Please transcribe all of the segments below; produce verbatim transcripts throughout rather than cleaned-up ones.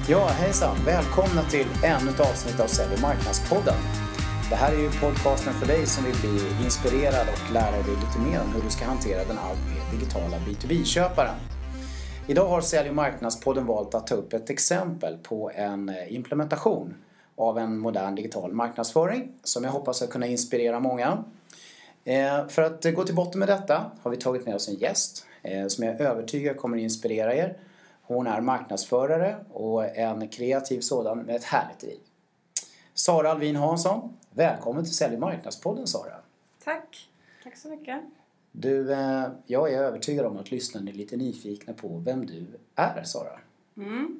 Ja, hejsan! Välkomna till ännu ett avsnitt av Sälj- och marknadspodden. Det här är ju podcasten för dig som vill bli inspirerad och lära dig lite mer om hur du ska hantera den allt mer digitala B to B-köparen. Idag har Sälj- och marknadspodden valt att ta upp ett exempel på en implementation av en modern digital marknadsföring som jag hoppas ska kunna inspirera många. För att gå till botten med detta har vi tagit med oss en gäst som jag är övertygad kommer att inspirera er. Hon är marknadsförare och en kreativ sådan med ett härligt driv. Sara Alvin Hansson, välkommen till Sälj- och marknadspodden, Sara. Tack, tack så mycket. Du, jag är övertygad om att lyssnarna är lite nyfikna på vem du är, Sara. Mm.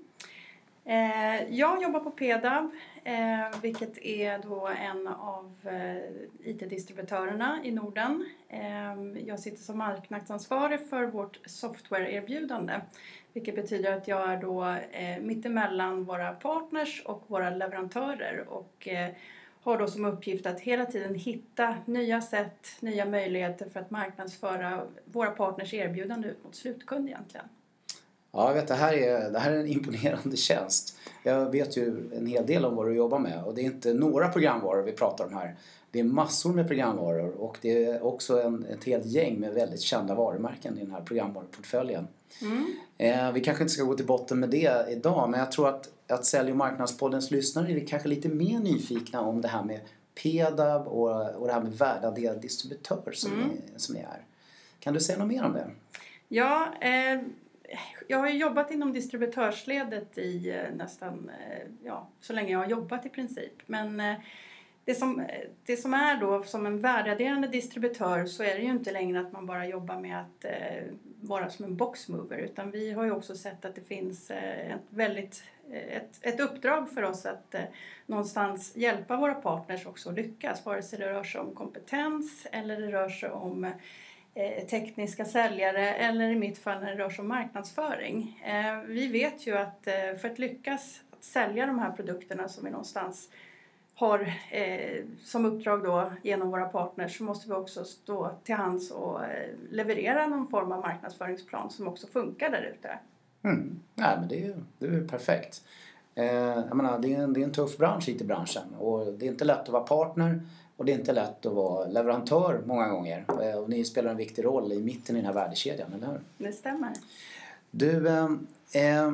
Eh, jag jobbar på Pedab, eh, vilket är då en av eh, I T-distributörerna i Norden. Eh, jag sitter som marknadsansvarig för vårt software-erbjudande, vilket betyder att jag är då eh, mittemellan våra partners och våra leverantörer och eh, har då som uppgift att hela tiden hitta nya sätt, nya möjligheter för att marknadsföra våra partners erbjudande ut mot slutkund egentligen. Ja, jag vet, det här är, det här är en imponerande tjänst. Jag vet ju en hel del om vad du jobbar med och det är inte några programvaror vi pratar om här. Det är massor med programvaror och det är också en, ett helt gäng med väldigt kända varumärken i den här programvaruportföljen. Mm. Eh, vi kanske inte ska gå till botten med det idag, men jag tror att, att Sälj- och marknadspoddens lyssnare är kanske lite mer nyfikna om det här med Pedab och, och det här med värdeadderad distributör som, mm. ni, som ni är. Kan du säga något mer om det? Ja, eh... Jag har ju jobbat inom distributörsledet i nästan, ja, så länge jag har jobbat i princip. Men det som, det som är då som en värdeadderande distributör så är det ju inte längre att man bara jobbar med att eh, vara som en boxmover. Utan vi har ju också sett att det finns ett väldigt, ett, ett uppdrag för oss att eh, någonstans hjälpa våra partners också att lyckas. Vare sig det rör sig om kompetens eller det rör sig om tekniska säljare eller i mitt fall när det rör sig om marknadsföring. Vi vet ju att för att lyckas att sälja de här produkterna som vi någonstans har som uppdrag då genom våra partners så måste vi också stå till hands och leverera någon form av marknadsföringsplan som också funkar där ute. Mm. Ja, men det är, det är perfekt. Eh, jag menar, det, är en, det är en tuff bransch I T-branschen och det är inte lätt att vara partner. Och det är inte lätt att vara leverantör många gånger. Och ni spelar en viktig roll i mitten i den här värdekedjan, eller hur? Det stämmer. Du, eh,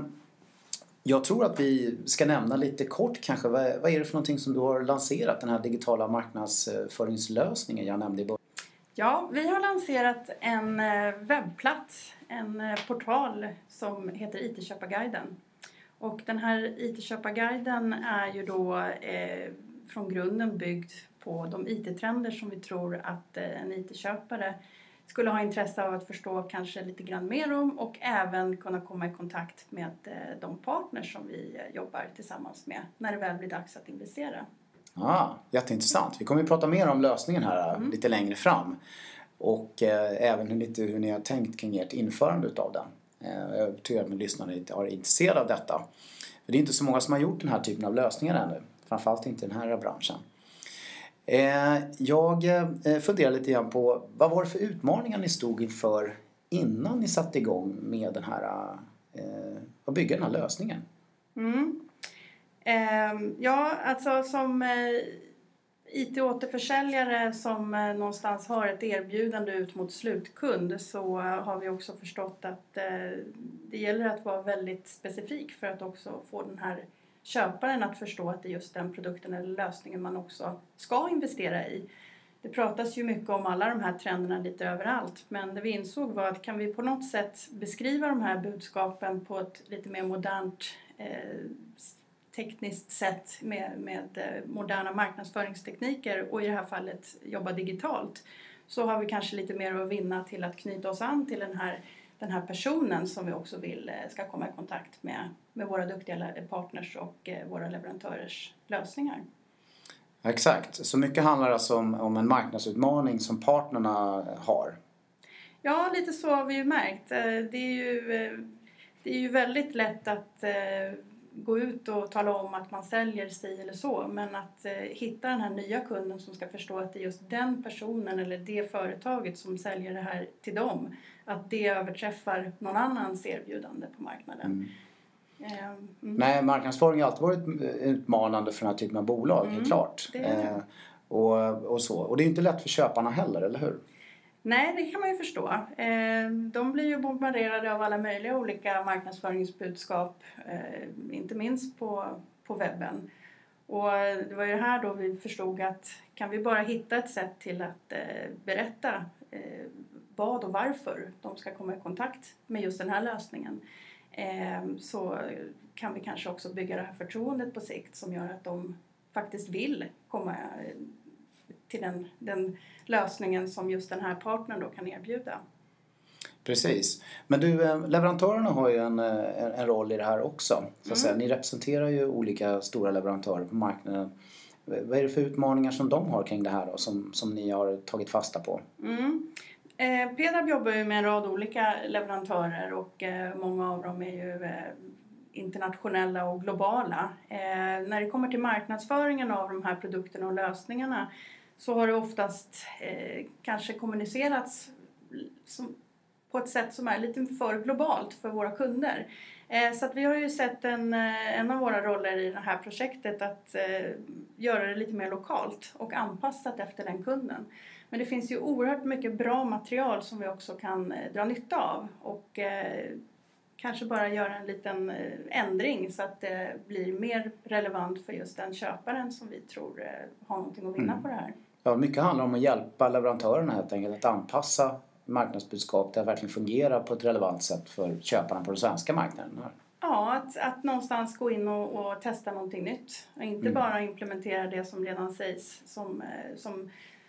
jag tror att vi ska nämna lite kort kanske. Vad, vad är det för någonting som du har lanserat? Den här digitala marknadsföringslösningen jag nämnde i början. Ja, vi har lanserat en webbplats, en portal som heter I T-köparguiden. Och den här I T-köparguiden är ju då eh, från grunden byggd på de I T-trender som vi tror att en I T-köpare skulle ha intresse av att förstå kanske lite grann mer om och även kunna komma i kontakt med de partners som vi jobbar tillsammans med när det väl blir dags att investera. Ah, jätteintressant. Vi kommer att prata mer om lösningen här mm. lite längre fram och eh, även lite hur ni har tänkt kring ert införande utav den. Eh, jag tror att min lyssnare är intresserade av detta. För det är inte så många som har gjort den här typen av lösningar ännu. Framförallt inte i den här branschen. Jag funderar lite grann på vad var det för utmaningar ni stod inför innan ni satte igång med den här, att bygga den här lösningen? Mm. Ja, alltså som I T-återförsäljare som någonstans har ett erbjudande ut mot slutkund så har vi också förstått att det gäller att vara väldigt specifik för att också få den här köparen att förstå att det är just den produkten eller lösningen man också ska investera i. Det pratas ju mycket om alla de här trenderna lite överallt. Men det vi insåg var att kan vi på något sätt beskriva de här budskapen på ett lite mer modernt eh, tekniskt sätt med, med moderna marknadsföringstekniker och i det här fallet jobba digitalt så har vi kanske lite mer att vinna till att knyta oss an till den här den här personen som vi också vill ska komma i kontakt med, med våra duktiga partners och våra leverantörers lösningar. Exakt, så mycket handlar alltså om, om en marknadsutmaning som partnerna har. Ja, lite så har vi ju märkt. Det är ju, det är ju väldigt lätt att gå ut och tala om att man säljer sig eller så. Men att hitta den här nya kunden som ska förstå att det är just den personen eller det företaget som säljer det här till dem. Att det överträffar någon annans erbjudande på marknaden. Mm. Mm. Nej, marknadsföring har alltid varit utmanande för den här typen av bolag, mm. klart. Det är det. Eh, och, och så. Och det är inte lätt för köparna heller, eller hur? Nej, det kan man ju förstå. Eh, de blir ju bombarderade av alla möjliga olika marknadsföringsbudskap, eh, inte minst på, på webben. Och det var ju här då vi förstod att kan vi bara hitta ett sätt till att eh, berätta eh, vad och varför de ska komma i kontakt med just den här lösningen, eh, så kan vi kanske också bygga det här förtroendet på sikt som gör att de faktiskt vill komma till den, den lösningen som just den här partnern då kan erbjuda. Precis. Men du, leverantörerna har ju en, en, en roll i det här också. Så att mm. säga. Ni representerar ju olika stora leverantörer på marknaden. Vad är det för utmaningar som de har kring det här då, som, som ni har tagit fasta på? Mm. Eh, P D A B jobbar ju med en rad olika leverantörer och eh, många av dem är ju eh, internationella och globala. Eh, när det kommer till marknadsföringen av de här produkterna och lösningarna så har det oftast eh, kanske kommunicerats som, på ett sätt som är lite för globalt för våra kunder. Eh, så att vi har ju sett en, en av våra roller i det här projektet att eh, göra det lite mer lokalt och anpassat efter den kunden. Men det finns ju oerhört mycket bra material som vi också kan eh, dra nytta av och eh, kanske bara göra en liten eh, ändring så att det blir mer relevant för just den köparen som vi tror eh, har någonting att vinna mm. på det här. Ja, mycket handlar om att hjälpa leverantörerna helt enkelt att anpassa marknadsbudskap där det verkligen fungerar på ett relevant sätt för köparna på den svenska marknaden. Ja, att, att någonstans gå in och, och testa någonting nytt. Och inte mm. bara implementera det som redan sägs som, som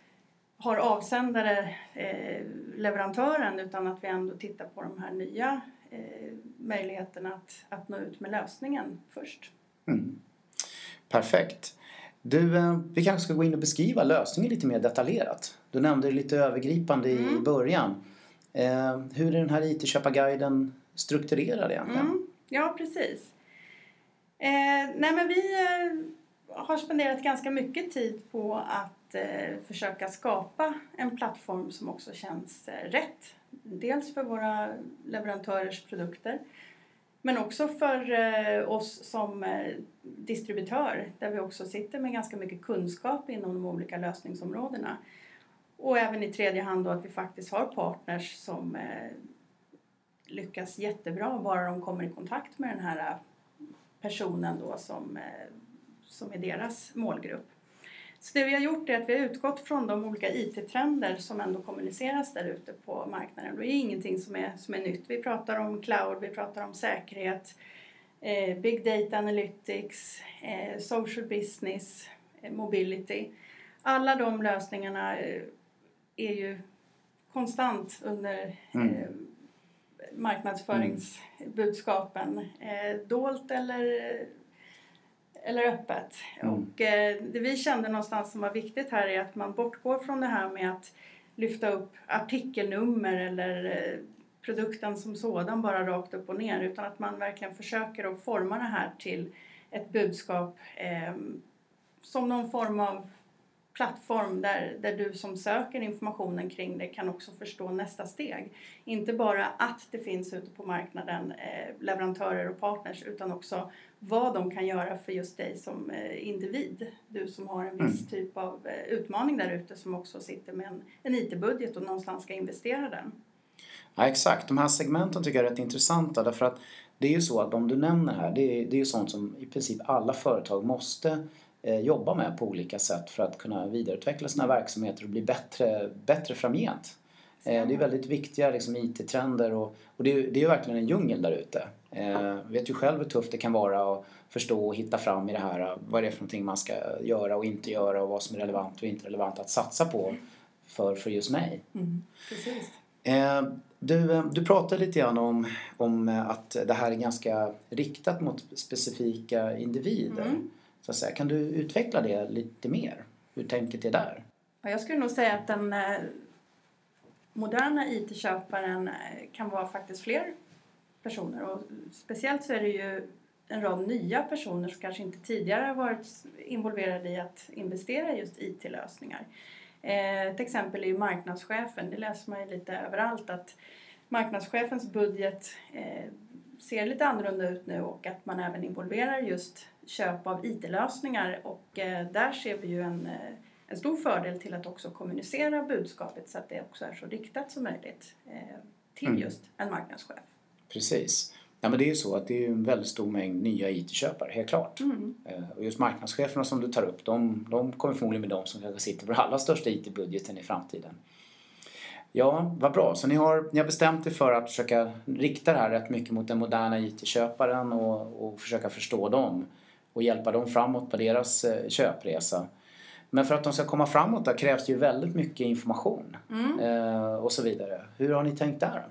har avsändare eh, leverantören, utan att vi ändå tittar på de här nya eh, möjligheterna att, att nå ut med lösningen först. Mm. Perfekt. Du, vi kanske ska gå in och beskriva lösningen lite mer detaljerat. Du nämnde det lite övergripande mm. i början. Eh, hur är den här I T-köparguiden strukturerad egentligen? Mm. Ja, precis. Eh, nej men vi eh, har spenderat ganska mycket tid på att eh, försöka skapa en plattform som också känns eh, rätt. Dels för våra leverantörers produkter, men också för eh, oss som eh, distributör, där vi också sitter med ganska mycket kunskap inom de olika lösningsområdena. Och även i tredje hand då att vi faktiskt har partners som eh, lyckas jättebra bara de kommer i kontakt med den här personen då som, eh, som är deras målgrupp. Så det vi har gjort är att vi har utgått från de olika I T-trender som ändå kommuniceras där ute på marknaden. Det är ingenting som är, som är nytt. Vi pratar om cloud, vi pratar om säkerhet, eh, big data analytics, eh, social business, eh, mobility. Alla de lösningarna eh, är ju konstant under mm. eh, marknadsföringsbudskapen. Eh, dolt eller... eller öppet. Mm. Och eh, det vi kände någonstans som var viktigt här är att man bortgår från det här med att lyfta upp artikelnummer eller eh, produkten som sådan bara rakt upp och ner, utan att man verkligen försöker att forma det här till ett budskap eh, som någon form av plattform där, där du som söker informationen kring det kan också förstå nästa steg. Inte bara att det finns ute på marknaden eh, leverantörer och partners, utan också vad de kan göra för just dig som eh, individ. Du som har en viss mm. typ av eh, utmaning där ute, som också sitter med en, en I T-budget och någonstans ska investera den. Ja, exakt. De här segmenten tycker jag är rätt intressanta, därför att det är ju så att de du nämner här, det är, det är ju sånt som i princip alla företag måste jobba med på olika sätt för att kunna vidareutveckla sina verksamheter och bli bättre, bättre framgent. Mm. Det är väldigt viktiga liksom, I T-trender och, och det, är, det är verkligen en djungel där ute. Jag vet ju själv hur tufft det kan vara att förstå och hitta fram i det här. Vad det är för någonting man ska göra och inte göra och vad som är relevant och inte relevant att satsa på för, för just mig. Mm. Precis. Du, du pratade lite grann om, om att det här är ganska riktat mot specifika individer. Mm. Så att säga, kan du utveckla det lite mer? Hur tänket är där? Jag skulle nog säga att den eh, moderna I T-köparen kan vara faktiskt fler personer. Och speciellt så är det ju en rad nya personer som kanske inte tidigare har varit involverade i att investera i just I T-lösningar. Eh, ett exempel är ju marknadschefen. Det läser man ju lite överallt att marknadschefens budget eh, ser lite annorlunda ut nu och att man även involverar just köp av I T-lösningar. Och eh, där ser vi ju en, en stor fördel till att också kommunicera budskapet så att det också är så riktat som möjligt eh, till mm. just en marknadschef. Precis. Ja, men det är ju så att det är en väldigt stor mängd nya I T-köpare, helt klart. Mm. Och just marknadscheferna som du tar upp, de, de kommer förmodligen med de som kanske sitter på allra största I T-budgeten i framtiden. Ja, vad bra. Så ni har, ni har bestämt er för att försöka rikta det här rätt mycket mot den moderna I T-köparen och, och försöka förstå dem och hjälpa dem framåt på deras eh, köpresa. Men för att de ska komma framåt där krävs det ju väldigt mycket information mm. eh, och så vidare. Hur har ni tänkt där?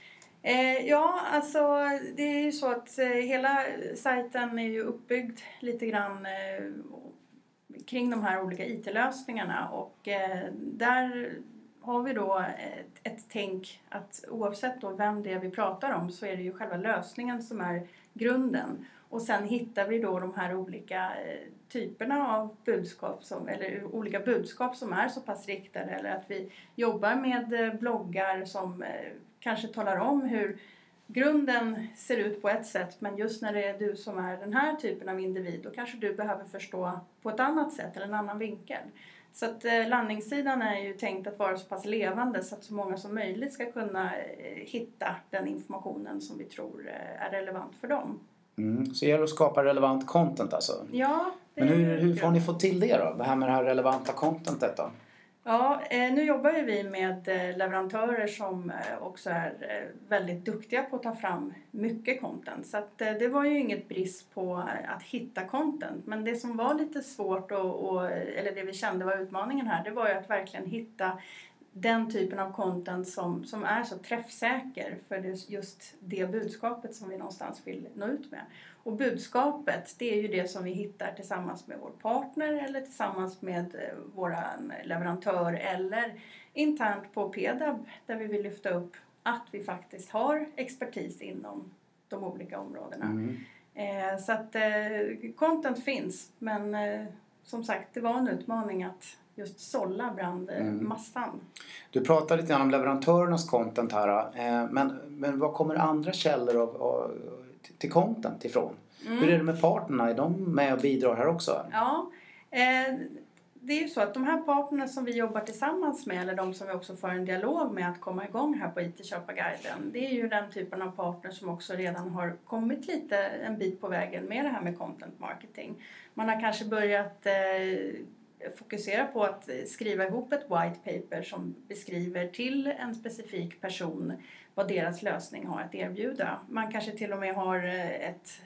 Eh, ja, alltså det är ju så att eh, hela sajten är ju uppbyggd lite grann eh, kring de här olika I T-lösningarna och eh, där har vi då ett, ett tänk att oavsett då vem det är vi pratar om så är det ju själva lösningen som är grunden. Och sen hittar vi då de här olika eh, typerna av budskap som, eller olika budskap som är så pass riktade. Eller att vi jobbar med eh, bloggar som eh, kanske talar om hur grunden ser ut på ett sätt. Men just när det är du som är den här typen av individ då kanske du behöver förstå på ett annat sätt eller en annan vinkel. Så att eh, landningssidan är ju tänkt att vara så pass levande så att så många som möjligt ska kunna eh, hitta den informationen som vi tror eh, är relevant för dem. Mm, så det gäller att skapa relevant content alltså? Ja. Men hur, hur får ni få till det då? Det här med det här relevanta contentet då? Ja, eh, nu jobbar ju vi med eh, leverantörer som eh, också är eh, väldigt duktiga på att ta fram mycket content. Så att, eh, det var ju inget brist på eh, att hitta content. Men det som var lite svårt, och, och, eller det vi kände var utmaningen här, det var ju att verkligen hitta den typen av content som, som är så träffsäker för det, just det budskapet som vi någonstans vill nå ut med. Och budskapet, det är ju det som vi hittar tillsammans med vår partner eller tillsammans med vår leverantör eller internt på P D A B där vi vill lyfta upp att vi faktiskt har expertis inom de olika områdena. Mm. Eh, så att eh, content finns, men eh, som sagt det var en utmaning att just sålla bland mm. massan. Du pratar lite grann om leverantörernas content här. Eh, men, men vad kommer andra källor av, av, till content ifrån? Mm. Hur är det med partnerna? Är de med och bidrar här också? Ja, eh, det är ju så att de här partnerna som vi jobbar tillsammans med eller de som vi också får en dialog med att komma igång här på I T-köparguiden. Det är ju den typen av partner som också redan har kommit lite en bit på vägen med det här med content marketing. Man har kanske börjat eh, fokusera på att skriva ihop ett white paper som beskriver till en specifik person vad deras lösning har att erbjuda. Man kanske till och med har ett,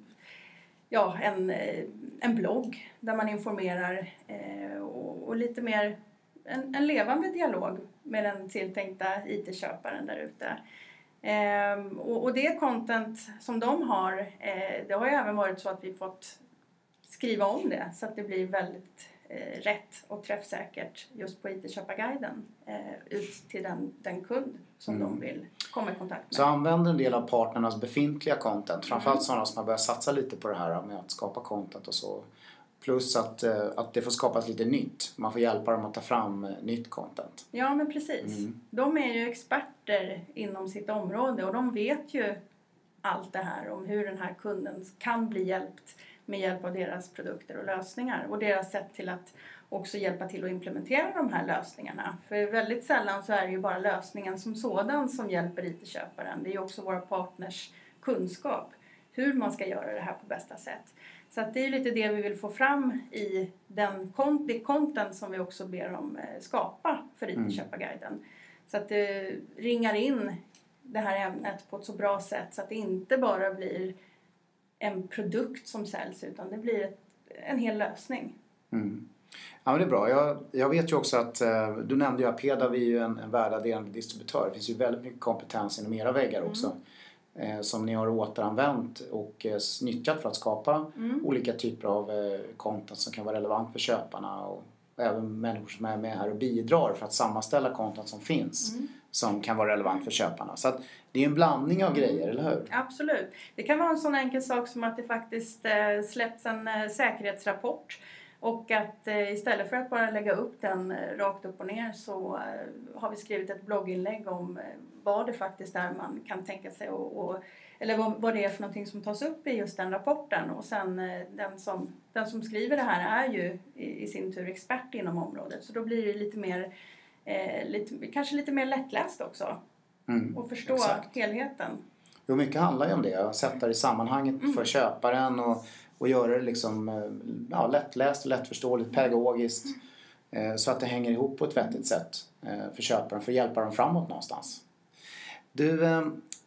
ja, en, en blogg där man informerar eh, och, och lite mer en, en levande dialog med den tilltänkta I T-köparen där ute. Eh, och, och det content som de har, eh, det har ju även varit så att vi fått skriva om det så att det blir väldigt eh, rätt och träffsäkert just på I T-köparguiden eh, ut till den, den kund som mm. de vill komma i kontakt med. Så använder en del av partnernas befintliga content, framförallt mm. sådana som har börjat satsa lite på det här med att skapa content och så. Plus att, eh, att det får skapas lite nytt. Man får hjälpa dem att ta fram eh, nytt content. Ja, men precis. Mm. De är ju experter inom sitt område och de vet ju allt det här om hur den här kunden kan bli hjälpt med hjälp av deras produkter och lösningar. Och deras sätt till att också hjälpa till att implementera de här lösningarna. För väldigt sällan så är det ju bara lösningen som sådan som hjälper I T-köparen. Det är ju också våra partners kunskap. Hur man ska göra det här på bästa sätt. Så att det är lite det vi vill få fram i den, det content som vi också ber dem skapa för I T-köparguiden. Mm. Så att det ringar in det här ämnet på ett så bra sätt så att det inte bara blir en produkt som säljs utan det blir ett, en hel lösning. Mm. Ja, men det är bra. Jag, jag vet ju också att eh, du nämnde ju att P D A B är ju en, en värdeadderande distributör. Det finns ju väldigt mycket kompetens inom era väggar mm. också. Eh, som ni har återanvänt och eh, nyttjat för att skapa mm. olika typer av eh, content som kan vara relevant för köparna och, och även människor som är med här och bidrar för att sammanställa content som finns mm. som kan vara relevant för köparna. Så att det är en blandning av grejer, eller hur? Absolut. Det kan vara en sån enkel sak som att det faktiskt eh, släpps en eh, säkerhetsrapport. Och att eh, istället för att bara lägga upp den eh, rakt upp och ner så eh, har vi skrivit ett blogginlägg om eh, vad det faktiskt är man kan tänka sig att eller vad, vad det är för någonting som tas upp i just den rapporten. Och sen eh, den, som, den som skriver det här är ju i, i sin tur expert inom området. Så då blir det lite mer, eh, lite, kanske lite mer lättläst också. Mm, och förstå exakt. Helheten. Jo, mycket handlar ju om det. Att sätta det i sammanhanget mm. för köparen och, och göra det liksom, ja, lättläst och lättförståeligt, pedagogiskt. Mm. Så att det hänger ihop på ett vettigt sätt för köparen, för att hjälpa dem framåt någonstans. Du, eh,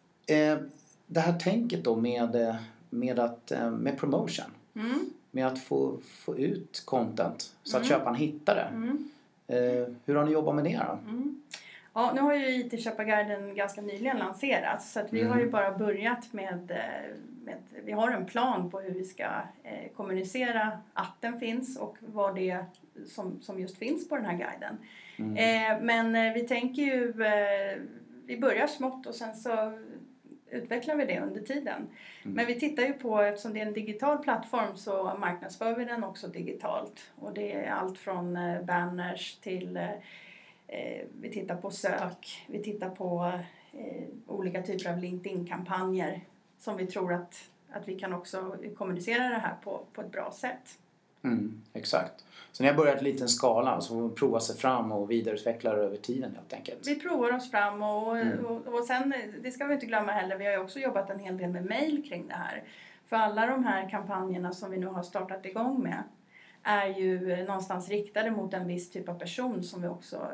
det här tänket då med, med, att, med promotion. Mm. Med att få, få ut content så att mm. köparen hittar det. Mm. Eh, hur har ni jobbat med det då? Mm. Ja, nu har ju I T-köparguiden ganska nyligen lanserats. Så att vi mm. har ju bara börjat med, med... Vi har en plan på hur vi ska eh, kommunicera att den finns och vad det är som, som just finns på den här guiden. Mm. Eh, men eh, vi tänker ju... Eh, vi börjar smått och sen så utvecklar vi det under tiden. Mm. Men vi tittar ju på, eftersom det är en digital plattform så marknadsför vi den också digitalt. Och det är allt från eh, banners till... Eh, Eh, vi tittar på sök, vi tittar på eh, olika typer av LinkedIn-kampanjer som vi tror att, att vi kan också kommunicera det här på, på ett bra sätt. Mm, exakt. Så ni har börjat i liten skala så får vi prova sig fram och vidareutveckla det över tiden helt enkelt. Vi provar oss fram och, mm. och, och sen, det ska vi inte glömma heller, vi har ju också jobbat en hel del med mejl kring det här. För alla de här kampanjerna som vi nu har startat igång med är ju någonstans riktade mot en viss typ av person som vi också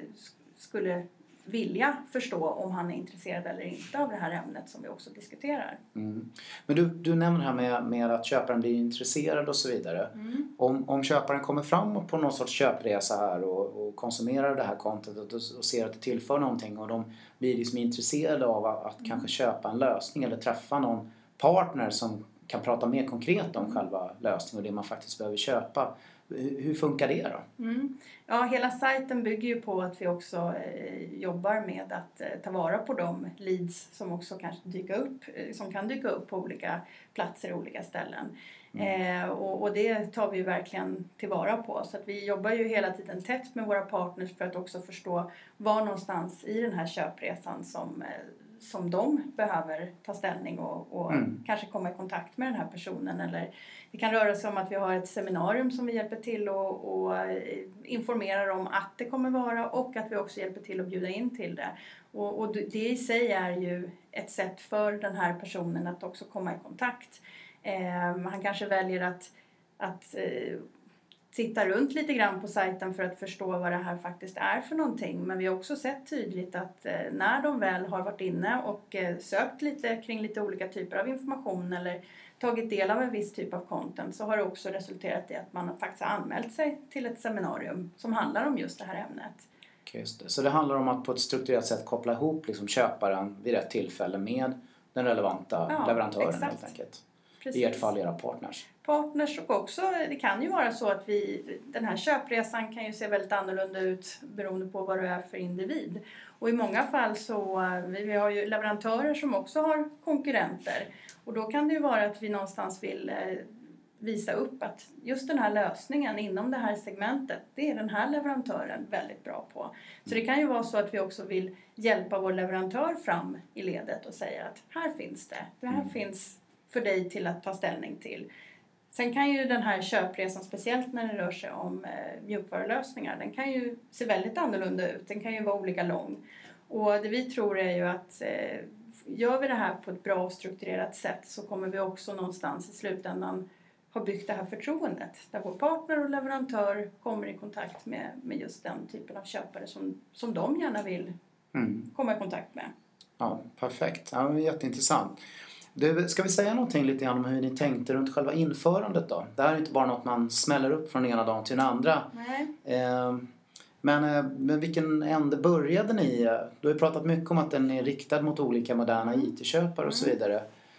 skulle vilja förstå om han är intresserad eller inte av det här ämnet som vi också diskuterar. Mm. Men du, du nämner här med, med att köparen blir intresserad och så vidare. Mm. Om, om köparen kommer fram på någon sorts köpresa här och, och konsumerar det här contentet och, och ser att det tillför någonting och de blir liksom intresserade av att, att mm. kanske köpa en lösning eller träffa någon partner som kan prata mer konkret om själva lösningen och det man faktiskt behöver köpa. Hur funkar det då? Mm. Ja, hela sajten bygger ju på att vi också eh, jobbar med att eh, ta vara på de leads som också kanske dyka upp, eh, som kan dyka upp på olika platser och olika ställen. Mm. Eh, och, och det tar vi ju verkligen tillvara på. Så att vi jobbar ju hela tiden tätt med våra partners för att också förstå var någonstans i den här köpresan som eh, som de behöver ta ställning och, och mm. kanske komma i kontakt med den här personen. Eller det kan röra sig om att vi har ett seminarium som vi hjälper till och, och informerar om att det kommer vara och att vi också hjälper till att bjuda in till det. Och, och det i sig är ju ett sätt för den här personen att också komma i kontakt. Eh, han kanske väljer att, att eh, titta runt lite grann på sajten för att förstå vad det här faktiskt är för någonting. Men vi har också sett tydligt att eh, när de väl har varit inne och eh, sökt lite kring lite olika typer av information eller tagit del av en viss typ av content så har det också resulterat i att man faktiskt har anmält sig till ett seminarium som handlar om just det här ämnet. Just det. Så det handlar om att på ett strukturerat sätt koppla ihop liksom köparen vid rätt tillfälle med den relevanta ja, leverantören exakt. Helt enkelt. Precis. I ert fall era partners. Partners och också, det kan ju vara så att vi, den här köpresan kan ju se väldigt annorlunda ut beroende på vad du är för individ. Och i många fall så, vi, vi har ju leverantörer som också har konkurrenter. Och då kan det ju vara att vi någonstans vill eh, visa upp att just den här lösningen inom det här segmentet, det är den här leverantören väldigt bra på. Så det kan ju vara så att vi också vill hjälpa vår leverantör fram i ledet och säga att här finns det, det här mm. finns för dig till att ta ställning till. Sen kan ju den här köpresan, speciellt när det rör sig om eh, mjukvarulösningar, den kan ju se väldigt annorlunda ut. Den kan ju vara olika lång. Och det vi tror är ju att eh, gör vi det här på ett bra och strukturerat sätt så kommer vi också någonstans i slutändan ha byggt det här förtroendet. Där vår partner och leverantör kommer i kontakt med, med just den typen av köpare som, som de gärna vill mm. komma i kontakt med. Ja, perfekt. Ja, det är jätteintressant. Du, ska vi säga någonting lite grann om hur ni tänkte runt själva införandet då? Det här är inte bara något man smäller upp från ena dagen till den andra. Nej. Eh, men, eh, men vilken ände började ni? Du har ju pratat mycket om att den är riktad mot olika moderna I T-köpare och så vidare.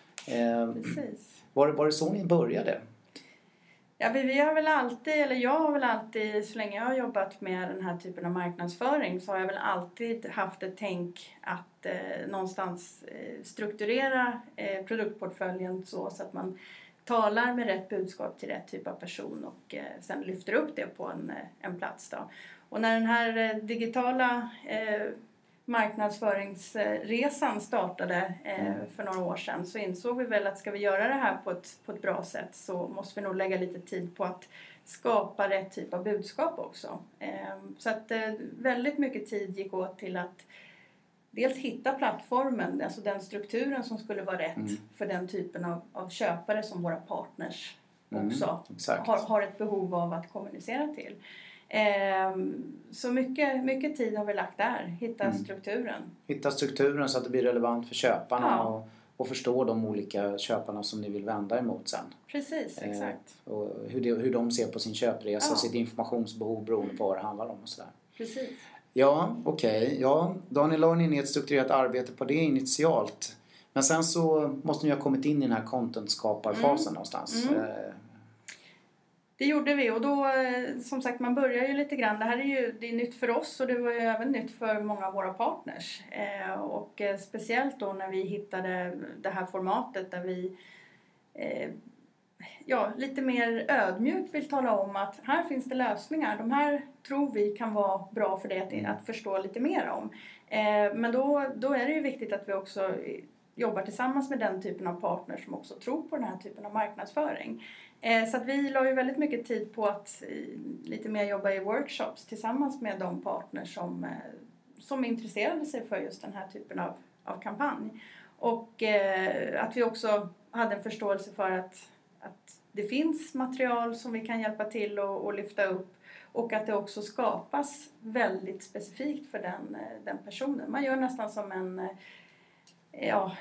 Eh, Precis. Var, var det så ni började? Ja, vi, vi har väl alltid, eller jag har väl alltid, så länge jag har jobbat med den här typen av marknadsföring så har jag väl alltid haft ett tänk att eh, någonstans eh, strukturera eh, produktportföljen så, så att man talar med rätt budskap till rätt typ av person och eh, sen lyfter upp det på en, en plats då. Och när den här eh, digitala eh, marknadsföringsresan startade eh, för några år sedan så insåg vi väl att ska vi göra det här på ett, på ett bra sätt så måste vi nog lägga lite tid på att skapa rätt typ av budskap också. Eh, så att eh, väldigt mycket tid gick åt till att dels hitta plattformen, alltså den strukturen som skulle vara rätt mm. för den typen av, av köpare som våra partners också mm, har, har ett behov av att kommunicera till. Eh, så mycket, mycket tid har vi lagt där, hitta mm. strukturen. Hitta strukturen så att det blir relevant för köparna ja. och, och förstå de olika köparna som ni vill vända emot sen. Precis, eh, exakt. Och hur, det, hur de ser på sin köpresa, ja. sitt informationsbehov beroende på vad det handlar om och sådär. Precis. Ja, okej. Okay. Ja, då har ni la in ett strukturerat arbete på det initialt. Men sen så måste ni ha kommit in i den här content-skaparfasen mm. någonstans. Mm. Det gjorde vi och då, som sagt, man börjar ju lite grann. Det här är ju det är nytt för oss och det var ju även nytt för många av våra partners. Eh, och eh, speciellt då när vi hittade det här formatet där vi eh, ja, lite mer ödmjukt vill tala om att här finns det lösningar. De här tror vi kan vara bra för dig att, att förstå lite mer om. Eh, men då, då är det ju viktigt att vi också jobbar tillsammans med den typen av partners som också tror på den här typen av marknadsföring. Eh, så att vi la ju väldigt mycket tid på att eh, lite mer jobba i workshops tillsammans med de partners som, eh, som intresserade sig för just den här typen av, av kampanj. Och eh, att vi också hade en förståelse för att, att det finns material som vi kan hjälpa till och, och lyfta upp. Och att det också skapas väldigt specifikt för den, den personen. Man gör nästan som en... Ja,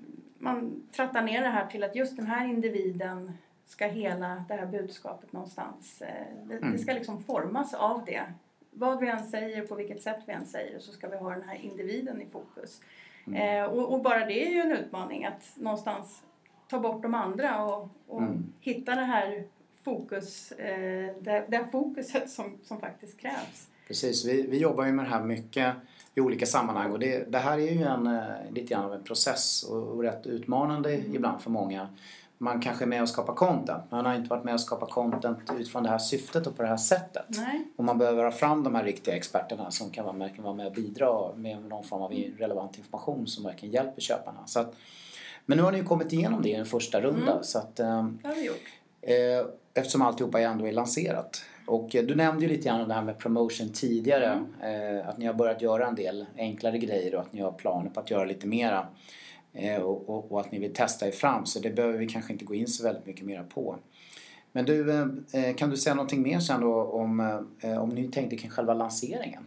man trattar ner det här till att just den här individen ska hela det här budskapet någonstans. Det, mm. det ska liksom formas av det. Vad vi än säger, på vilket sätt vi än säger, så ska vi ha den här individen i fokus. Mm. Eh, och, och bara det är ju en utmaning att någonstans ta bort de andra och, och mm. hitta det här fokus, eh, det, det här fokuset som, som faktiskt krävs. Precis, vi, vi jobbar ju med det här mycket i olika sammanhang och det, det här är ju en, lite grann av en process och, och rätt utmanande mm. ibland för många. Man kanske är med och skapar content, man har inte varit med och skapat content utifrån det här syftet och på det här sättet. Nej. Och man behöver ha fram de här riktiga experterna som kan verkligen vara med och bidra med någon form av relevant information som verkligen hjälper köparna. Så att, men nu har ni ju kommit igenom det i en första runda. Mm. Så att, det har vi gjort. Eh, eftersom alltihopa ändå är lanserat. Och eh, du nämnde ju lite grann om det här med promotion tidigare. Mm. Eh, att ni har börjat göra en del enklare grejer och att ni har planer på att göra lite mera. Eh, och, och, och att ni vill testa er fram. Så det behöver vi kanske inte gå in så väldigt mycket mera på. Men du, eh, kan du säga någonting mer sen då om, eh, om ni tänkte kring själva lanseringen?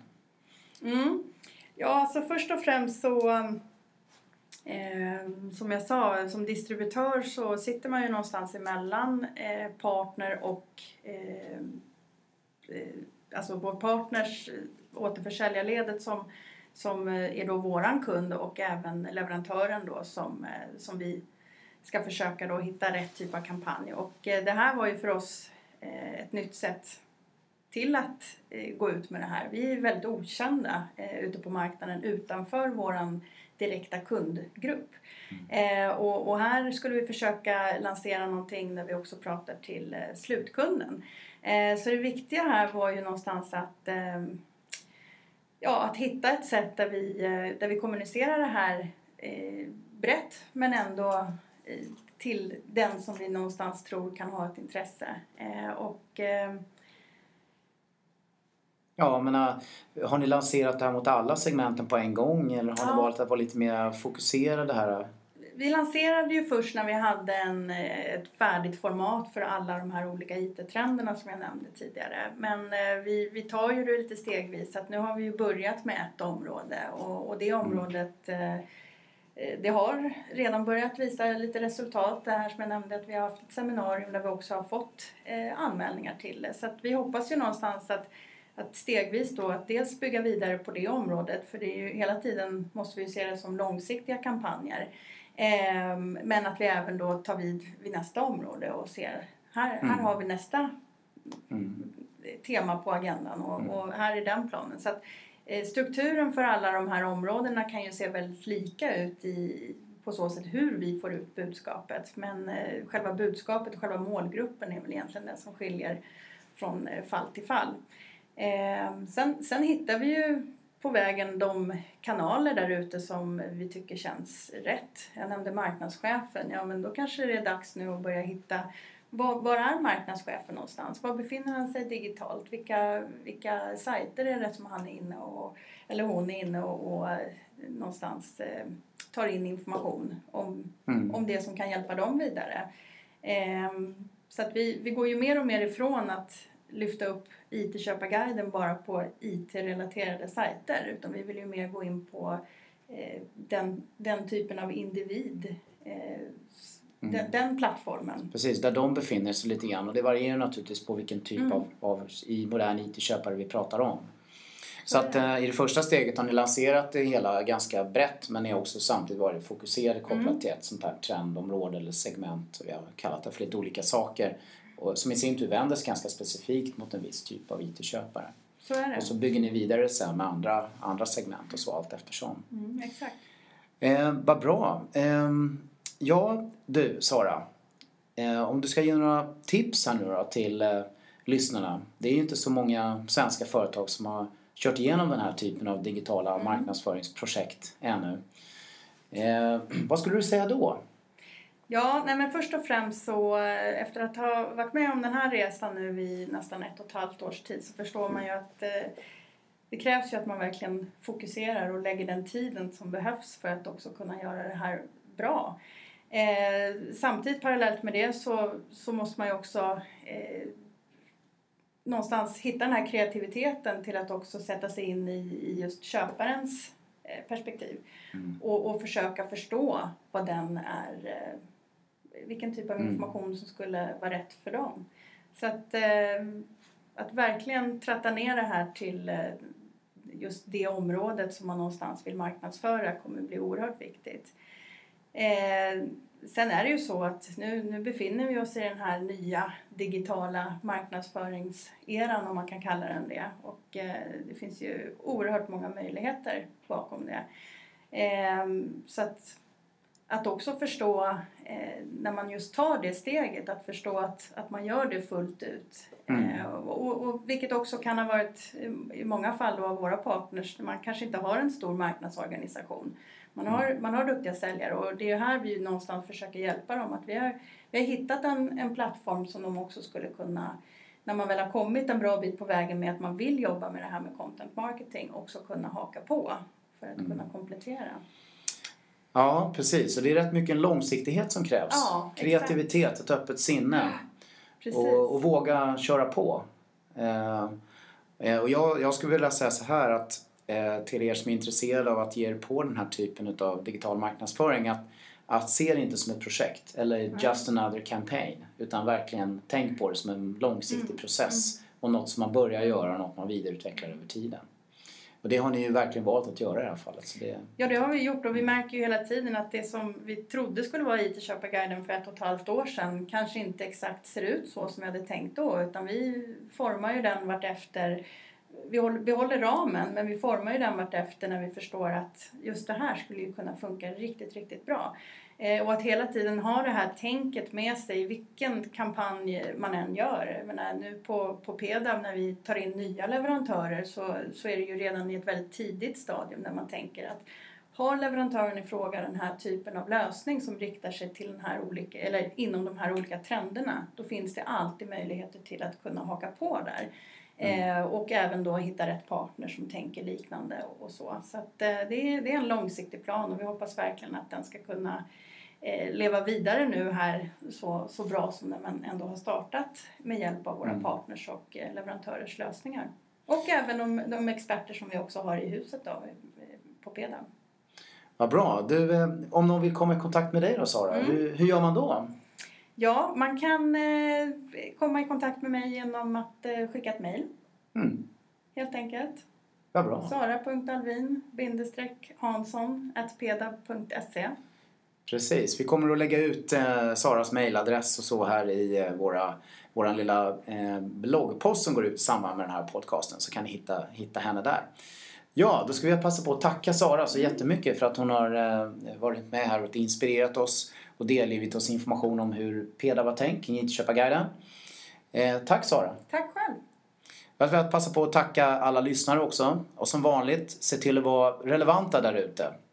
Mm. Ja, alltså först och främst så... Eh, som jag sa, som distributör så sitter man ju någonstans emellan eh, partner och eh, eh, alltså vår partners återförsäljarledet som, som är då våran kund och även leverantören då som, eh, som vi ska försöka då hitta rätt typ av kampanj. Och eh, det här var ju för oss eh, ett nytt sätt till att eh, gå ut med det här. Vi är väldigt okända eh, ute på marknaden utanför våran direkta kundgrupp. Mm. Eh, och, och här skulle vi försöka lansera någonting där vi också pratar till eh, slutkunden. Eh, så det viktiga här var ju någonstans att, eh, ja, att hitta ett sätt där vi, eh, där vi kommunicerar det här eh, brett men ändå eh, till den som vi någonstans tror kan ha ett intresse. Eh, och... Eh, Ja, men har ni lanserat det här mot alla segmenten på en gång eller har ja. ni valt att vara lite mer fokuserade här? Vi lanserade ju först när vi hade en, ett färdigt format för alla de här olika I T-trenderna som jag nämnde tidigare. Men vi, vi tar ju det lite stegvis, att nu har vi ju börjat med ett område och, och det området mm. det har redan börjat visa lite resultat. Det här som jag nämnde, att vi har haft ett seminarium där vi också har fått eh, anmälningar till det. Så att vi hoppas ju någonstans att Att stegvis då att dels bygga vidare på det området. För det är ju hela tiden måste vi se det som långsiktiga kampanjer. Eh, men att vi även då tar vid vid nästa område och ser. Här, mm. här har vi nästa mm. tema på agendan och, mm. och här är den planen. Så att eh, strukturen för alla de här områdena kan ju se väldigt lika ut i, på så sätt hur vi får ut budskapet. Men eh, själva budskapet och själva målgruppen är väl egentligen den som skiljer från eh, fall till fall. Eh, sen, sen hittar vi ju på vägen de kanaler där ute som vi tycker känns rätt. Jag nämnde marknadschefen. Ja, men då kanske det är dags nu att börja hitta var, var är marknadschefen någonstans? Var befinner han sig digitalt? Vilka, vilka sajter är det som han är inne och, eller hon är inne och, och någonstans eh, tar in information om, mm. om det som kan hjälpa dem vidare. Eh, så att vi, vi går ju mer och mer ifrån att lyfta upp I T-köparguiden bara på I T-relaterade sajter. Utan vi vill ju mer gå in på eh, den, den typen av individ. Eh, mm. den, den plattformen. Precis, där de befinner sig lite grann. Och det varierar naturligtvis på vilken typ mm. av, av i modern I T-köpare vi pratar om. Så att eh, i det första steget har ni lanserat det hela ganska brett. Men ni har också samtidigt varit fokuserade kopplat mm. till ett sånt här trendområde eller segment. Vi har kallat det för lite olika saker. Och som i sin tur vänder sig ganska specifikt mot en viss typ av I T-köpare. Så är det. Och så bygger ni vidare sen med andra, andra segment och så allt eftersom. Mm, exakt. Eh, vad bra. Eh, ja, du Sara. Eh, om du ska ge några tips här nu då till eh, lyssnarna. Det är ju inte så många svenska företag som har kört igenom den här typen av digitala mm. marknadsföringsprojekt ännu. Eh, vad skulle du säga då? Ja, nej men först och främst så efter att ha varit med om den här resan nu i nästan ett och ett halvt års tid så förstår man ju att eh, det krävs ju att man verkligen fokuserar och lägger den tiden som behövs för att också kunna göra det här bra. Eh, samtidigt parallellt med det så, så måste man ju också eh, någonstans hitta den här kreativiteten till att också sätta sig in i, i just köparens eh, perspektiv. Mm. Och, och försöka förstå vad den är, eh, vilken typ av information mm. som skulle vara rätt för dem. Så att, eh, att verkligen tratta ner det här till eh, just det området som man någonstans vill marknadsföra kommer bli oerhört viktigt. Eh, sen är det ju så att nu, nu befinner vi oss i den här nya digitala marknadsföringseran om man kan kalla den det. Och eh, det finns ju oerhört många möjligheter bakom det. Eh, så att, att också förstå eh, när man just tar det steget att förstå att, att man gör det fullt ut. Mm. Eh, och, och vilket också kan ha varit i många fall då av våra partners. Man kanske inte har en stor marknadsorganisation. Man har, man har duktiga säljare och det är här vi någonstans försöker hjälpa dem. Att vi, har, vi har hittat en, en plattform som de också skulle kunna, när man väl har kommit en bra bit på vägen med att man vill jobba med det här med content marketing, också kunna haka på för att mm. kunna komplettera. Ja, precis. Och det är rätt mycket en långsiktighet som krävs. Ja, kreativitet, ett öppet sinne. Ja, och, och våga köra på. Eh, och jag, jag skulle vilja säga så här att till er som är intresserade av att ge er på den här typen av digital marknadsföring att, att se det inte som ett projekt eller mm. just another campaign utan verkligen tänk på det som en långsiktig mm. process mm. och något som man börjar göra och något man vidareutvecklar över tiden. Och det har ni ju verkligen valt att göra i det här fallet. Så det... Ja, det har vi gjort och vi märker ju hela tiden att det som vi trodde skulle vara I T-köparguiden för ett och ett halvt år sedan kanske inte exakt ser ut så som vi hade tänkt då utan vi formar ju den vart efter. Vi håller, vi håller ramen men vi formar ju den vart efter när vi förstår att just det här skulle ju kunna funka riktigt, riktigt bra. Eh, och att hela tiden ha det här tänket med sig vilken kampanj man än gör. Jag menar, nu på, på Pedab när vi tar in nya leverantörer så, så är det ju redan i ett väldigt tidigt stadium där man tänker att har leverantören i fråga den här typen av lösning som riktar sig till den här olika, eller inom de här olika trenderna då finns det alltid möjligheter till att kunna haka på där. Mm. Eh, och även då hitta rätt partner som tänker liknande och, och så. Så att, eh, det, är, det är en långsiktig plan och vi hoppas verkligen att den ska kunna eh, leva vidare nu här så, så bra som när man ändå har startat med hjälp av våra mm. partners och eh, leverantörers lösningar. Och även de, de experter som vi också har i huset då, på Pedab. Vad bra. Du, eh, om någon vill komma i kontakt med dig då Sara, mm. hur, hur gör man då? Ja, man kan eh, komma i kontakt med mig genom att eh, skicka ett mejl. Mm. Helt enkelt. Ja, bra. sara punkt alvin hansson at pedab punkt se. Precis. Vi kommer att lägga ut eh, Saras mejladress och så här i eh, våra, våran lilla eh, bloggpost som går ut i samband med den här podcasten. Så kan ni hitta, hitta henne där. Ja, då ska vi passa på att tacka Sara så jättemycket för att hon har eh, varit med här och inspirerat oss och delgivit oss information om hur Pedab var tänkt kring I T-köparguiden. Eh, tack Sara. Tack själv. Jag vill passa på att tacka alla lyssnare också. Och som vanligt, se till att vara relevanta där ute.